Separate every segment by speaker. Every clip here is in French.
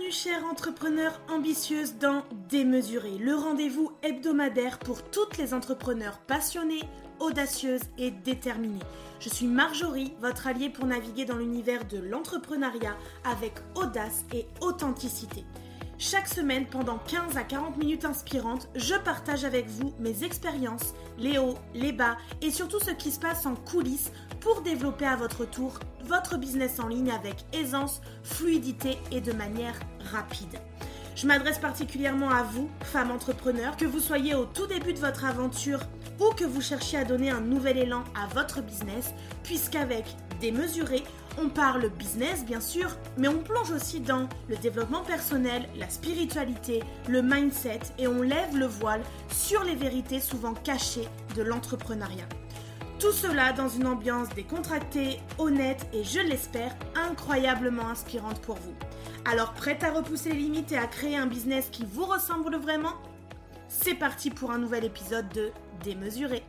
Speaker 1: Bienvenue chères entrepreneurs ambitieuses dans Démesuré, le rendez-vous hebdomadaire pour toutes les entrepreneurs passionnées, audacieuses et déterminées. Je suis Marjorie, votre alliée pour naviguer dans l'univers de l'entrepreneuriat avec audace et authenticité. Chaque semaine, pendant 15 à 40 minutes inspirantes, je partage avec vous mes expériences, les hauts, les bas et surtout ce qui se passe en coulisses pour développer à votre tour votre business en ligne avec aisance, fluidité et de manière rapide. Je m'adresse particulièrement à vous, femmes entrepreneurs, que vous soyez au tout début de votre aventure ou que vous cherchiez à donner un nouvel élan à votre business, puisqu'avec Démesuré, on parle business bien sûr, mais on plonge aussi dans le développement personnel, la spiritualité, le mindset et on lève le voile sur les vérités souvent cachées de l'entrepreneuriat. Tout cela dans une ambiance décontractée, honnête et je l'espère incroyablement inspirante pour vous. Alors prête à repousser les limites et à créer un business qui vous ressemble vraiment ? C'est parti pour un nouvel épisode de Démesuré.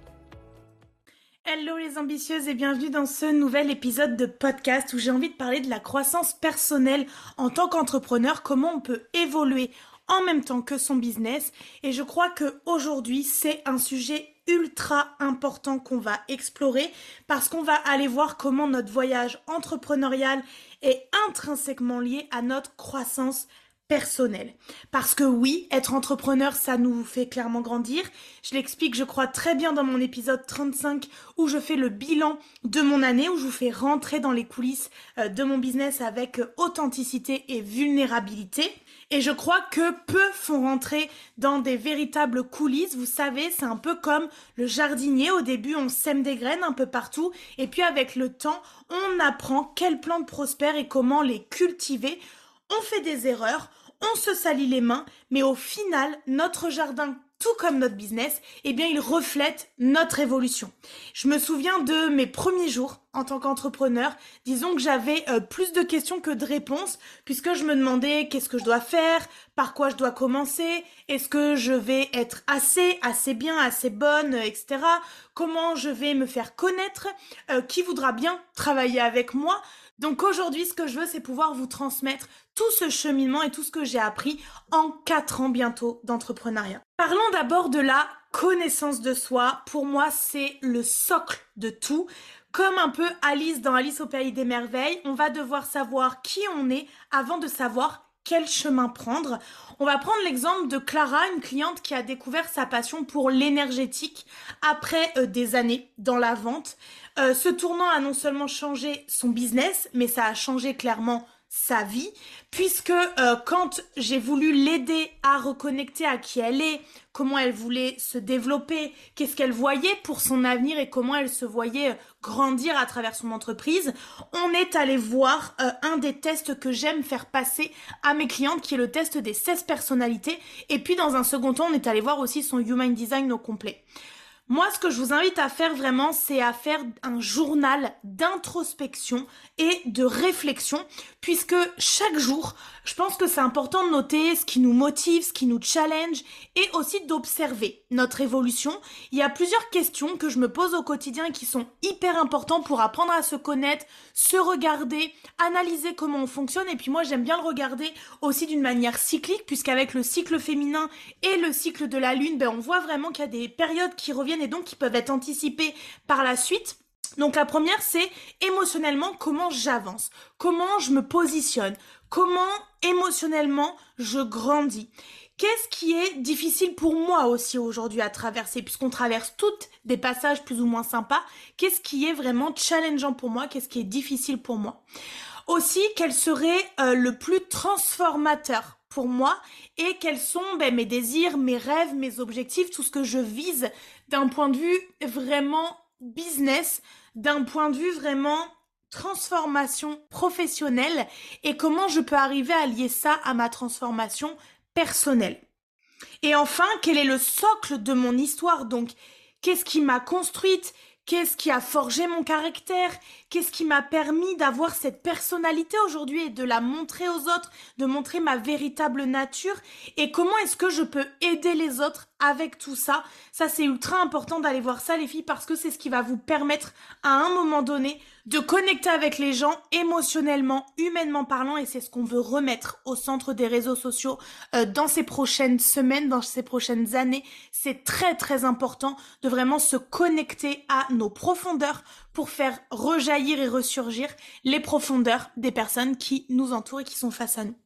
Speaker 1: Hello les ambitieuses et bienvenue dans ce nouvel épisode de podcast où j'ai envie de parler de la croissance personnelle en tant qu'entrepreneur, comment on peut évoluer en même temps que son business. Et je crois qu'aujourd'hui, c'est un sujet ultra important qu'on va explorer parce qu'on va aller voir comment notre voyage entrepreneurial est intrinsèquement lié à notre croissance personnelle. Parce que oui, être entrepreneur, ça nous fait clairement grandir. Je l'explique, je crois, très bien dans mon épisode 35 où je fais le bilan de mon année, où je vous fais rentrer dans les coulisses de mon business avec authenticité et vulnérabilité. Et je crois que peu font rentrer dans des véritables coulisses. Vous savez, c'est un peu comme le jardinier. Au début, on sème des graines un peu partout. Et puis avec le temps, on apprend quelles plantes prospèrent et comment les cultiver. On fait des erreurs, on se salit les mains, mais au final, notre jardin, tout comme notre business, eh bien, il reflète notre évolution. Je me souviens de mes premiers jours en tant qu'entrepreneur. Disons que j'avais plus de questions que de réponses, puisque je me demandais qu'est-ce que je dois faire, par quoi je dois commencer, est-ce que je vais être assez bien, assez bonne, etc. Comment je vais me faire connaître, qui voudra bien travailler avec moi. Donc aujourd'hui, ce que je veux, c'est pouvoir vous transmettre tout ce cheminement et tout ce que j'ai appris en 4 ans bientôt d'entrepreneuriat. Parlons d'abord de la connaissance de soi. Pour moi, c'est le socle de tout. Comme un peu Alice dans Alice au Pays des Merveilles, on va devoir savoir qui on est avant de savoir quel chemin prendre. On va prendre l'exemple de Clara, une cliente qui a découvert sa passion pour l'énergétique après des années dans la vente. Ce tournant a non seulement changé son business, mais ça a changé clairement sa vie, puisque quand j'ai voulu l'aider à reconnecter à qui elle est, comment elle voulait se développer, qu'est-ce qu'elle voyait pour son avenir et comment elle se voyait grandir à travers son entreprise, on est allé voir un des tests que j'aime faire passer à mes clientes, qui est le test des 16 personnalités, et puis dans un second temps, on est allé voir aussi son Human Design au complet. Moi, ce que je vous invite à faire vraiment, c'est à faire un journal d'introspection et de réflexion, puisque chaque jour, je pense que c'est important de noter ce qui nous motive, ce qui nous challenge, et aussi d'observer notre évolution. Il y a plusieurs questions que je me pose au quotidien et qui sont hyper importantes pour apprendre à se connaître, se regarder, analyser comment on fonctionne, et puis moi, j'aime bien le regarder aussi d'une manière cyclique, puisqu'avec le cycle féminin et le cycle de la lune, on voit vraiment qu'il y a des périodes qui reviennent et donc qui peuvent être anticipées par la suite. Donc la première, c'est émotionnellement comment j'avance, comment je me positionne, comment émotionnellement je grandis. Qu'est-ce qui est difficile pour moi aussi aujourd'hui à traverser, puisqu'on traverse toutes des passages plus ou moins sympas. Qu'est-ce qui est vraiment challengeant pour moi, qu'est-ce qui est difficile pour moi. Aussi, quel serait le plus transformateur pour moi et quels sont mes désirs, mes rêves, mes objectifs, tout ce que je vise d'un point de vue vraiment business, d'un point de vue vraiment transformation professionnelle et comment je peux arriver à lier ça à ma transformation personnelle. Et enfin, quel est le socle de mon histoire? Donc, qu'est-ce qui m'a construite? Qu'est-ce qui a forgé mon caractère? Qu'est-ce qui m'a permis d'avoir cette personnalité aujourd'hui et de la montrer aux autres, de montrer ma véritable nature? Et comment est-ce que je peux aider les autres avec tout ça? Ça, c'est ultra important d'aller voir ça, les filles, parce que c'est ce qui va vous permettre à un moment donné de connecter avec les gens émotionnellement, humainement parlant, et c'est ce qu'on veut remettre au centre des réseaux sociaux dans ces prochaines semaines, dans ces prochaines années. C'est très très important de vraiment se connecter à nos profondeurs pour faire rejaillir et ressurgir les profondeurs des personnes qui nous entourent et qui sont face à nous.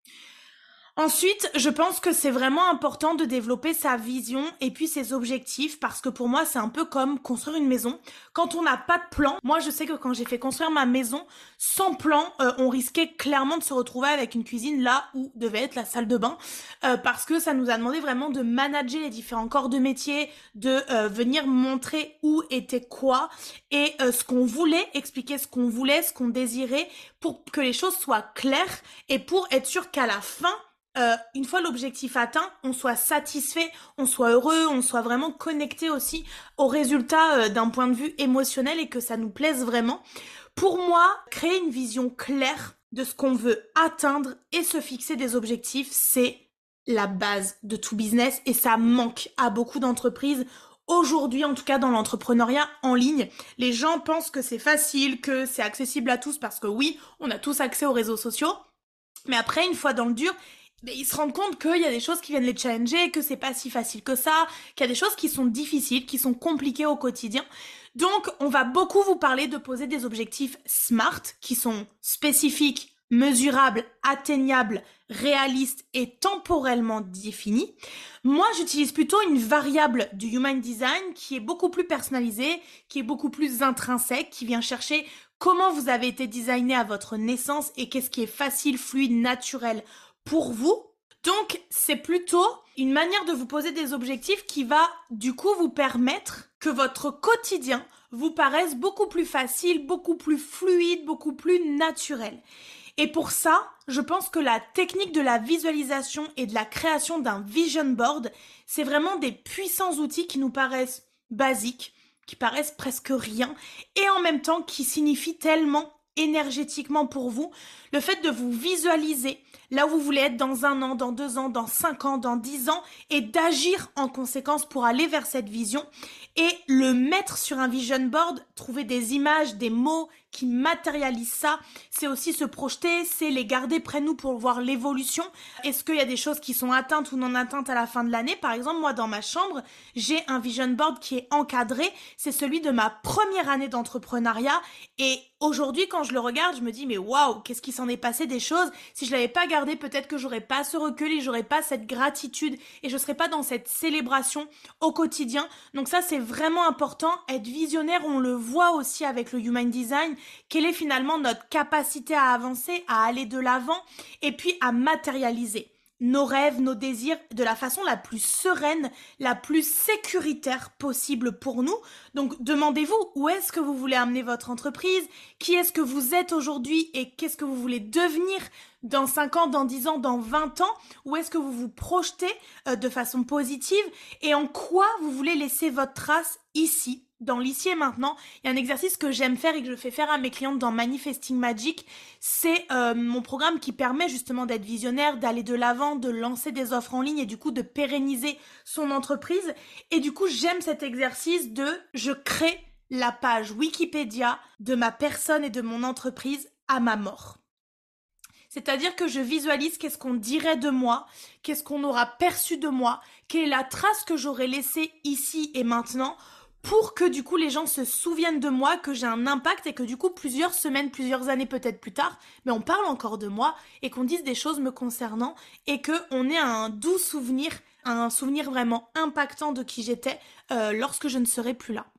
Speaker 1: Ensuite, je pense que c'est vraiment important de développer sa vision et puis ses objectifs parce que pour moi, c'est un peu comme construire une maison. Quand on n'a pas de plan, moi je sais que quand j'ai fait construire ma maison, sans plan, on risquait clairement de se retrouver avec une cuisine là où devait être la salle de bain parce que ça nous a demandé vraiment de manager les différents corps de métier, de venir montrer où était quoi et ce qu'on voulait, expliquer ce qu'on voulait, ce qu'on désirait pour que les choses soient claires et pour être sûr qu'à la fin, une fois l'objectif atteint, on soit satisfait, on soit heureux, on soit vraiment connecté aussi au résultat d'un point de vue émotionnel et que ça nous plaise vraiment. Pour moi, créer une vision claire de ce qu'on veut atteindre et se fixer des objectifs, c'est la base de tout business et ça manque à beaucoup d'entreprises. Aujourd'hui, en tout cas dans l'entrepreneuriat en ligne, les gens pensent que c'est facile, que c'est accessible à tous parce que oui, on a tous accès aux réseaux sociaux. Mais après, une fois dans le dur, ils se rendent compte qu'il y a des choses qui viennent les challenger, que c'est pas si facile que ça, qu'il y a des choses qui sont difficiles, qui sont compliquées au quotidien. Donc, on va beaucoup vous parler de poser des objectifs SMART, qui sont spécifiques, mesurables, atteignables, réalistes et temporellement définis. Moi, j'utilise plutôt une variable du Human Design qui est beaucoup plus personnalisée, qui est beaucoup plus intrinsèque, qui vient chercher comment vous avez été designé à votre naissance et qu'est-ce qui est facile, fluide, naturel pour vous. Donc, c'est plutôt une manière de vous poser des objectifs qui va, du coup, vous permettre que votre quotidien vous paraisse beaucoup plus facile, beaucoup plus fluide, beaucoup plus naturel. Et pour ça, je pense que la technique de la visualisation et de la création d'un vision board, c'est vraiment des puissants outils qui nous paraissent basiques, qui paraissent presque rien, et en même temps qui signifient tellement énergétiquement pour vous, le fait de vous visualiser là où vous voulez être dans 1 an, dans 2 ans, dans 5 ans, dans 10 ans, et d'agir en conséquence pour aller vers cette vision et le mettre sur un vision board, trouver des images, des mots qui matérialisent ça. C'est aussi se projeter, c'est les garder près de nous pour voir l'évolution. Est-ce qu'il y a des choses qui sont atteintes ou non atteintes à la fin de l'année? Par exemple, moi dans ma chambre, j'ai un vision board qui est encadré, c'est celui de ma première année d'entrepreneuriat et aujourd'hui quand je le regarde, je me dis mais waouh, qu'est-ce qui s'en est passé des choses? Si je l'avais pas gardé, peut-être que j'aurais pas ce recul et j'aurais pas cette gratitude et je serais pas dans cette célébration au quotidien. Donc ça c'est vraiment important, être visionnaire, on le voit aussi avec le Human Design, quelle est finalement notre capacité à avancer, à aller de l'avant et puis à matérialiser nos rêves, nos désirs de la façon la plus sereine, la plus sécuritaire possible pour nous. Donc demandez-vous où est-ce que vous voulez amener votre entreprise, qui est-ce que vous êtes aujourd'hui et qu'est-ce que vous voulez devenir dans 5 ans, dans 10 ans, dans 20 ans, où est-ce que vous vous projetez de façon positive et en quoi vous voulez laisser votre trace ici, dans l'ici et maintenant. Il y a un exercice que j'aime faire et que je fais faire à mes clientes dans Manifesting Magic, c'est mon programme qui permet justement d'être visionnaire, d'aller de l'avant, de lancer des offres en ligne et du coup de pérenniser son entreprise. Et du coup, j'aime cet exercice de je crée la page Wikipédia de ma personne et de mon entreprise à ma mort. C'est-à-dire que je visualise qu'est-ce qu'on dirait de moi, qu'est-ce qu'on aura perçu de moi, quelle est la trace que j'aurais laissée ici et maintenant pour que du coup les gens se souviennent de moi, que j'ai un impact et que du coup plusieurs semaines, plusieurs années peut-être plus tard, mais on parle encore de moi et qu'on dise des choses me concernant et qu'on ait un doux souvenir, un souvenir vraiment impactant de qui j'étais lorsque je ne serai plus là.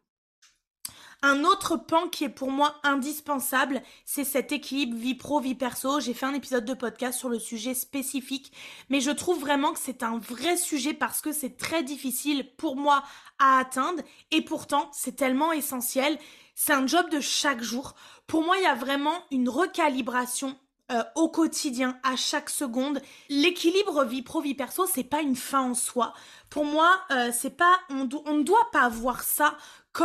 Speaker 1: Un autre pan qui est pour moi indispensable, c'est cet équilibre vie pro, vie perso. J'ai fait un épisode de podcast sur le sujet spécifique, mais je trouve vraiment que c'est un vrai sujet parce que c'est très difficile pour moi à atteindre et pourtant c'est tellement essentiel. C'est un job de chaque jour. Pour moi, il y a vraiment une recalibration au quotidien, à chaque seconde. L'équilibre vie pro, vie perso, c'est pas une fin en soi. Pour moi, c'est pas, on ne doit pas voir ça comme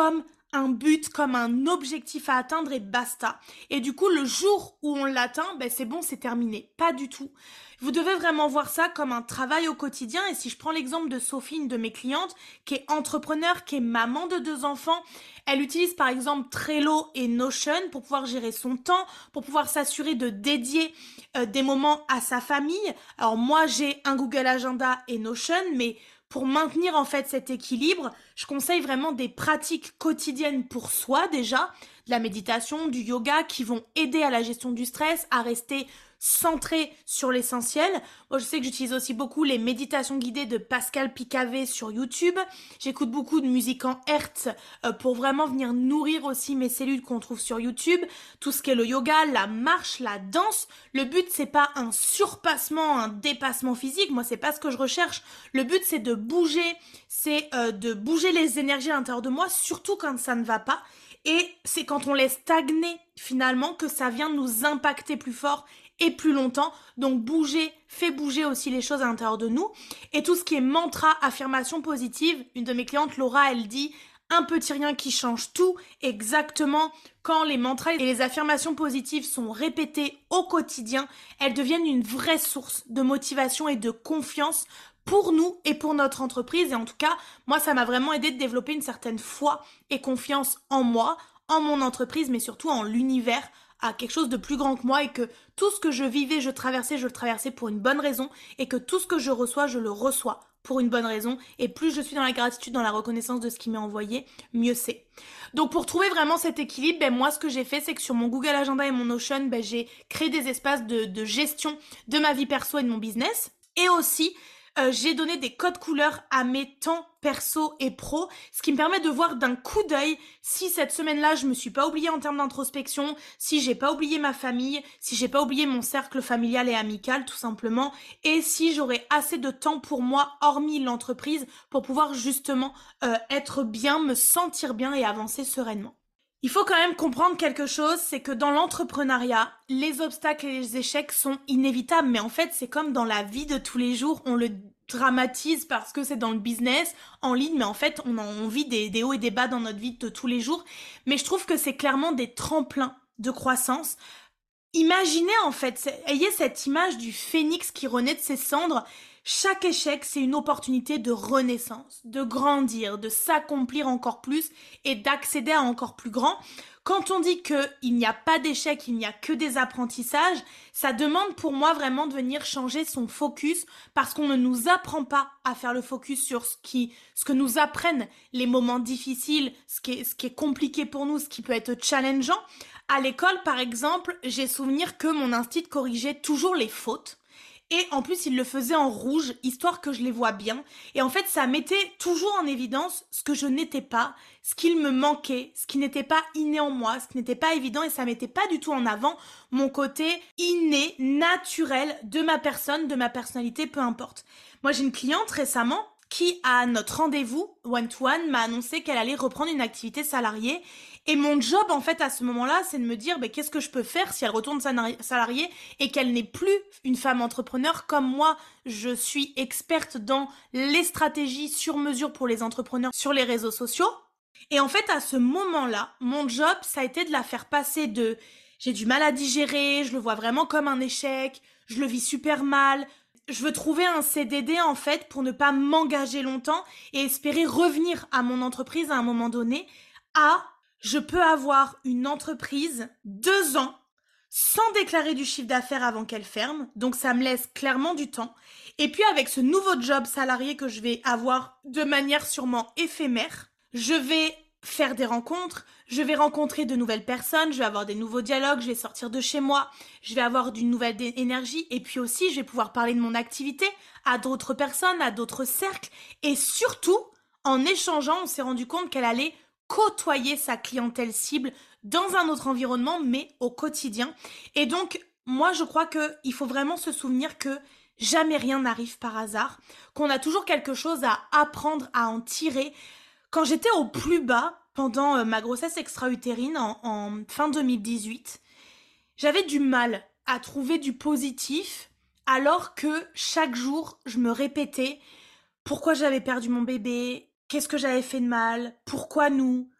Speaker 1: un but, comme un objectif à atteindre et basta. Et du coup, le jour où on l'atteint, c'est bon, c'est terminé. Pas du tout. Vous devez vraiment voir ça comme un travail au quotidien. Et si je prends l'exemple de Sophie, une de mes clientes, qui est entrepreneur, qui est maman de 2 enfants, elle utilise par exemple Trello et Notion pour pouvoir gérer son temps, pour pouvoir s'assurer de dédier des moments à sa famille. Alors moi, j'ai un Google Agenda et Notion, mais pour maintenir en fait cet équilibre, je conseille vraiment des pratiques quotidiennes pour soi déjà, de la méditation, du yoga qui vont aider à la gestion du stress, à rester centré sur l'essentiel. Moi, je sais que j'utilise aussi beaucoup les méditations guidées de Pascal Picavet sur YouTube. J'écoute beaucoup de musique en Hertz pour vraiment venir nourrir aussi mes cellules qu'on trouve sur YouTube. Tout ce qui est le yoga, la marche, la danse. Le but, c'est pas un surpassement, un dépassement physique. Moi, c'est pas ce que je recherche. Le but, c'est de bouger, c'est de bouger les énergies à l'intérieur de moi, surtout quand ça ne va pas. Et c'est quand on laisse stagner finalement que ça vient nous impacter plus fort et plus longtemps. Donc bouger fait bouger aussi les choses à l'intérieur de nous. Et tout ce qui est mantra, affirmation positive, une de mes clientes, Laura, elle dit un petit rien qui change tout. Exactement, quand les mantras et les affirmations positives sont répétées au quotidien, elles deviennent une vraie source de motivation et de confiance pour nous et pour notre entreprise. Et en tout cas, moi, ça m'a vraiment aidé de développer une certaine foi et confiance en moi, en mon entreprise, mais surtout en l'univers, à quelque chose de plus grand que moi, et que tout ce que je vivais, je le traversais pour une bonne raison, et que tout ce que je reçois, je le reçois pour une bonne raison. Et plus je suis dans la gratitude, dans la reconnaissance de ce qui m'est envoyé, mieux c'est. Donc pour trouver vraiment cet équilibre, moi ce que j'ai fait, c'est que sur mon Google Agenda et mon Notion, j'ai créé des espaces de gestion de ma vie perso et de mon business. Et aussi, j'ai donné des codes couleurs à mes temps perso et pro, ce qui me permet de voir d'un coup d'œil si cette semaine-là je me suis pas oubliée en termes d'introspection, si j'ai pas oublié ma famille, si j'ai pas oublié mon cercle familial et amical tout simplement, et si j'aurai assez de temps pour moi hormis l'entreprise pour pouvoir justement être bien, me sentir bien et avancer sereinement. Il faut quand même comprendre quelque chose, c'est que dans l'entrepreneuriat, les obstacles et les échecs sont inévitables, mais en fait c'est comme dans la vie de tous les jours, on le dramatise parce que c'est dans le business, en ligne, mais en fait on vit des hauts et des bas dans notre vie de tous les jours, mais je trouve que c'est clairement des tremplins de croissance. Imaginez en fait, ayez cette image du phénix qui renaît de ses cendres. Chaque échec, c'est une opportunité de renaissance, de grandir, de s'accomplir encore plus et d'accéder à encore plus grand. Quand on dit qu'il n'y a pas d'échec, il n'y a que des apprentissages, ça demande pour moi vraiment de venir changer son focus parce qu'on ne nous apprend pas à faire le focus sur ce que nous apprennent les moments difficiles, ce qui est compliqué pour nous, ce qui peut être challengeant. À l'école, par exemple, j'ai souvenir que mon instinct corrigeait toujours les fautes. Et en plus, il le faisait en rouge, histoire que je les vois bien. Et en fait, ça mettait toujours en évidence ce que je n'étais pas, ce qu'il me manquait, ce qui n'était pas inné en moi, ce qui n'était pas évident. Et ça mettait pas du tout en avant mon côté inné, naturel de ma personne, de ma personnalité, peu importe. Moi, j'ai une cliente récemment qui, à notre rendez-vous one-to-one, m'a annoncé qu'elle allait reprendre une activité salariée. Et mon job, en fait, à ce moment-là, c'est de me dire qu'est-ce que je peux faire si elle retourne salariée et qu'elle n'est plus une femme entrepreneur comme moi. Je suis experte dans les stratégies sur mesure pour les entrepreneurs sur les réseaux sociaux. Et en fait, à ce moment-là, mon job, ça a été de la faire passer de « j'ai du mal à digérer, je le vois vraiment comme un échec, je le vis super mal », je veux trouver un CDD en fait pour ne pas m'engager longtemps et espérer revenir à mon entreprise à un moment donné, à je peux avoir une entreprise 2 ans sans déclarer du chiffre d'affaires avant qu'elle ferme, donc ça me laisse clairement du temps. Et puis avec ce nouveau job salarié que je vais avoir de manière sûrement éphémère, je vais faire des rencontres, je vais rencontrer de nouvelles personnes, je vais avoir des nouveaux dialogues, je vais sortir de chez moi, je vais avoir d'une nouvelle énergie et puis aussi je vais pouvoir parler de mon activité à d'autres personnes, à d'autres cercles et surtout, en échangeant, on s'est rendu compte qu'elle allait côtoyer sa clientèle cible dans un autre environnement mais au quotidien. Et donc, moi je crois qu'il faut vraiment se souvenir que jamais rien n'arrive par hasard, qu'on a toujours quelque chose à apprendre, à en tirer. Quand j'étais au plus bas, pendant ma grossesse extra-utérine en fin 2018, j'avais du mal à trouver du positif alors que chaque jour, je me répétais pourquoi j'avais perdu mon bébé, qu'est-ce que j'avais fait de mal, pourquoi nous,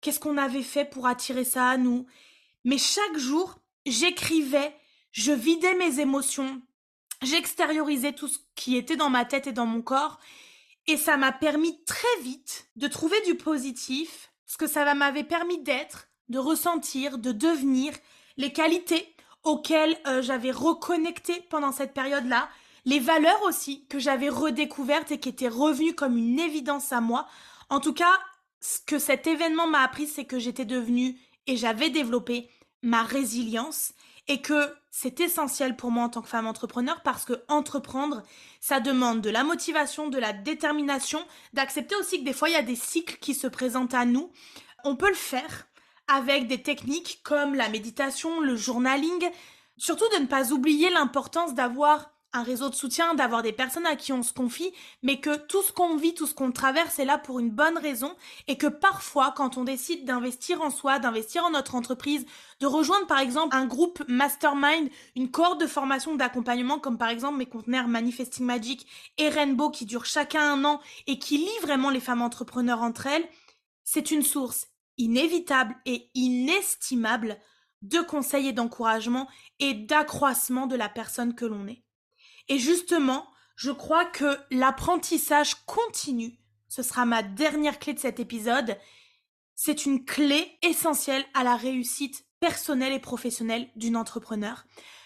Speaker 1: qu'est-ce qu'on avait fait pour attirer ça à nous. Mais chaque jour, j'écrivais, je vidais mes émotions, j'extériorisais tout ce qui était dans ma tête et dans mon corps. Et ça m'a permis très vite de trouver du positif, ce que ça m'avait permis d'être, de ressentir, de devenir, les qualités auxquelles j'avais reconnecté pendant cette période-là, les valeurs aussi que j'avais redécouvertes et qui étaient revenues comme une évidence à moi. En tout cas, ce que cet événement m'a appris, c'est que j'étais devenue et j'avais développé ma résilience et que c'est essentiel pour moi en tant que femme entrepreneur parce que entreprendre, ça demande de la motivation, de la détermination, d'accepter aussi que des fois il y a des cycles qui se présentent à nous. On peut le faire avec des techniques comme la méditation, le journaling, surtout de ne pas oublier l'importance d'avoir un réseau de soutien, d'avoir des personnes à qui on se confie, mais que tout ce qu'on vit, tout ce qu'on traverse est là pour une bonne raison et que parfois, quand on décide d'investir en soi, d'investir en notre entreprise, de rejoindre par exemple un groupe mastermind, une cohorte de formation d'accompagnement comme par exemple mes conteneurs Manifesting Magic et Rainbow qui durent chacun 1 an et qui lient vraiment les femmes entrepreneurs entre elles, c'est une source inévitable et inestimable de conseils et d'encouragement et d'accroissement de la personne que l'on est. Et justement, je crois que l'apprentissage continu, ce sera ma dernière clé de cet épisode, c'est une clé essentielle à la réussite personnelle et professionnelle d'une entrepreneur.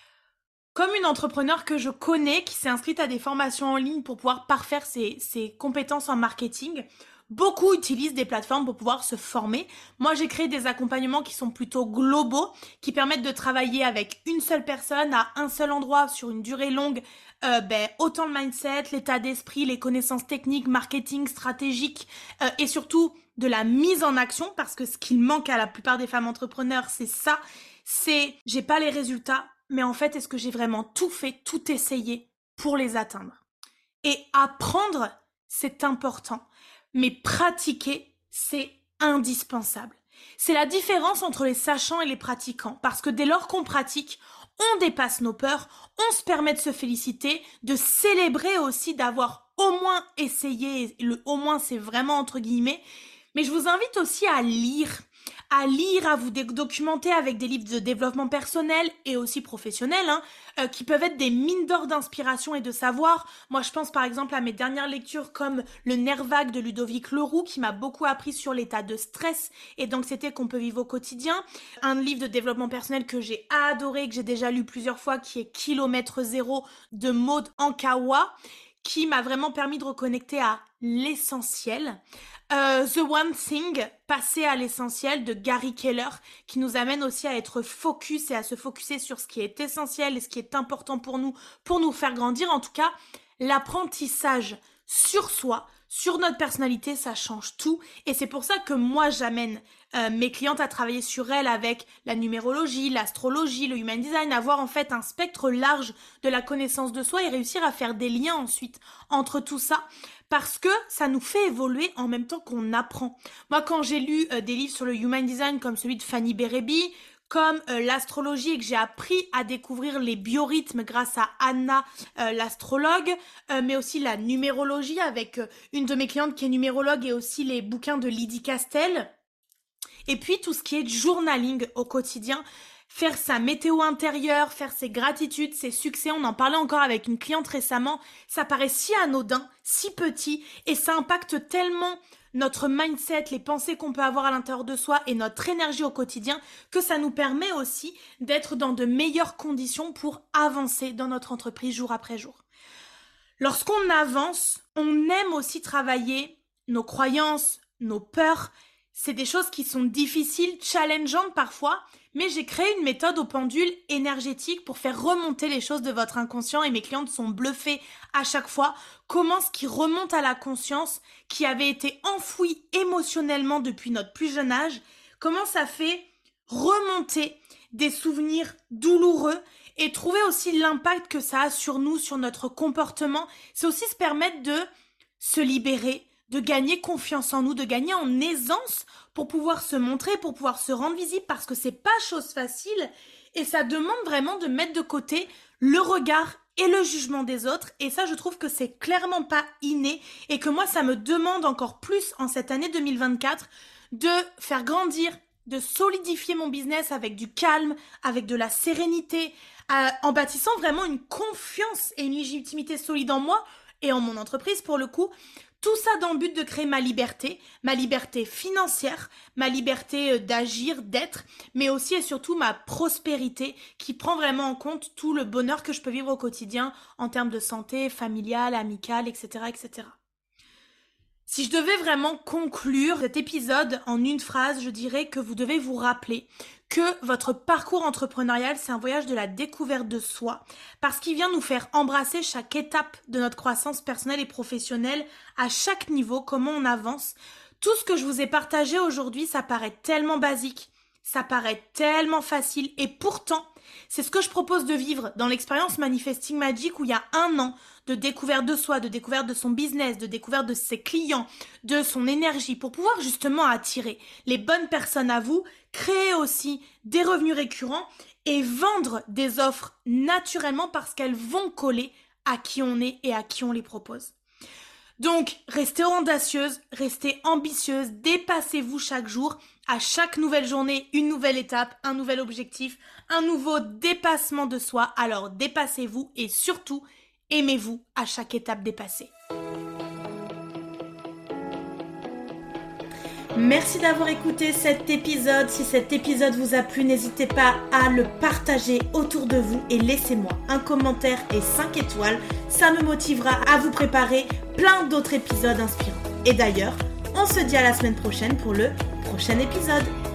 Speaker 1: Comme une entrepreneur que je connais, qui s'est inscrite à des formations en ligne pour pouvoir parfaire ses compétences en marketing, beaucoup utilisent des plateformes pour pouvoir se former. Moi, j'ai créé des accompagnements qui sont plutôt globaux, qui permettent de travailler avec une seule personne à un seul endroit sur une durée longue, autant le mindset, l'état d'esprit, les connaissances techniques, marketing, stratégiques et surtout de la mise en action parce que ce qu'il manque à la plupart des femmes entrepreneurs, c'est ça. C'est j'ai pas les résultats, mais en fait, est-ce que j'ai vraiment tout fait, tout essayé pour les atteindre? Et apprendre, c'est important. Mais pratiquer, c'est indispensable. C'est la différence entre les sachants et les pratiquants. Parce que dès lors qu'on pratique, on dépasse nos peurs, on se permet de se féliciter, de célébrer aussi, d'avoir au moins essayé. Le au moins, c'est vraiment entre guillemets. Mais je vous invite aussi à lire, à vous documenter avec des livres de développement personnel et aussi professionnel, qui peuvent être des mines d'or d'inspiration et de savoir. Moi, je pense par exemple à mes dernières lectures comme Le nerf vague de Ludovic Leroux, qui m'a beaucoup appris sur l'état de stress et d'anxiété qu'on peut vivre au quotidien. Un livre de développement personnel que j'ai adoré, que j'ai déjà lu plusieurs fois, qui est Kilomètre Zéro de Maud Ankawa, qui m'a vraiment permis de reconnecter à l'essentiel. The One Thing, passer à l'essentiel de Gary Keller, qui nous amène aussi à être focus et à se focuser sur ce qui est essentiel et ce qui est important pour nous faire grandir. En tout cas, l'apprentissage sur soi, sur notre personnalité, ça change tout. Et c'est pour ça que moi, j'amène mes clientes à travailler sur elles avec la numérologie, l'astrologie, le human design, avoir en fait un spectre large de la connaissance de soi et réussir à faire des liens ensuite entre tout ça. Parce que ça nous fait évoluer en même temps qu'on apprend. Moi, quand j'ai lu des livres sur le human design comme celui de Fanny Berebi, comme l'astrologie et que j'ai appris à découvrir les biorhythmes grâce à Anna, l'astrologue, mais aussi la numérologie avec une de mes clientes qui est numérologue et aussi les bouquins de Lydie Castel. Et puis tout ce qui est journaling au quotidien, faire sa météo intérieure, faire ses gratitudes, ses succès, on en parlait encore avec une cliente récemment, ça paraît si anodin, si petit, et ça impacte tellement notre mindset, les pensées qu'on peut avoir à l'intérieur de soi et notre énergie au quotidien, que ça nous permet aussi d'être dans de meilleures conditions pour avancer dans notre entreprise jour après jour. Lorsqu'on avance, on aime aussi travailler nos croyances, nos peurs. C'est des choses qui sont difficiles, challengeantes parfois, mais j'ai créé une méthode au pendule énergétique pour faire remonter les choses de votre inconscient et mes clientes sont bluffées à chaque fois. Comment ce qui remonte à la conscience, qui avait été enfoui émotionnellement depuis notre plus jeune âge, comment ça fait remonter des souvenirs douloureux et trouver aussi l'impact que ça a sur nous, sur notre comportement. C'est aussi se permettre de se libérer, de gagner confiance en nous, de gagner en aisance pour pouvoir se montrer, pour pouvoir se rendre visible parce que c'est pas chose facile et ça demande vraiment de mettre de côté le regard et le jugement des autres et ça je trouve que c'est clairement pas inné et que moi ça me demande encore plus en cette année 2024 de faire grandir, de solidifier mon business avec du calme, avec de la sérénité, en bâtissant vraiment une confiance et une légitimité solide en moi et en mon entreprise pour le coup. Tout ça dans le but de créer ma liberté financière, ma liberté d'agir, d'être, mais aussi et surtout ma prospérité qui prend vraiment en compte tout le bonheur que je peux vivre au quotidien en termes de santé familiale, amicale, etc., etc. Si je devais vraiment conclure cet épisode en une phrase, je dirais que vous devez vous rappeler que votre parcours entrepreneurial, c'est un voyage de la découverte de soi, parce qu'il vient nous faire embrasser chaque étape de notre croissance personnelle et professionnelle, à chaque niveau, comment on avance. Tout ce que je vous ai partagé aujourd'hui, ça paraît tellement basique, ça paraît tellement facile, et pourtant, c'est ce que je propose de vivre dans l'expérience Manifesting Magic où il y a 1 an de découverte de soi, de découverte de son business, de découverte de ses clients, de son énergie pour pouvoir justement attirer les bonnes personnes à vous, créer aussi des revenus récurrents et vendre des offres naturellement parce qu'elles vont coller à qui on est et à qui on les propose. Donc, restez audacieuse, restez ambitieuse, dépassez-vous chaque jour. À chaque nouvelle journée, une nouvelle étape, un nouvel objectif, un nouveau dépassement de soi. Alors, dépassez-vous et surtout, aimez-vous à chaque étape dépassée. Merci d'avoir écouté cet épisode. Si cet épisode vous a plu, n'hésitez pas à le partager autour de vous et laissez-moi un commentaire et 5 étoiles. Ça me motivera à vous préparer plein d'autres épisodes inspirants. Et d'ailleurs, on se dit à la semaine prochaine pour le prochain épisode.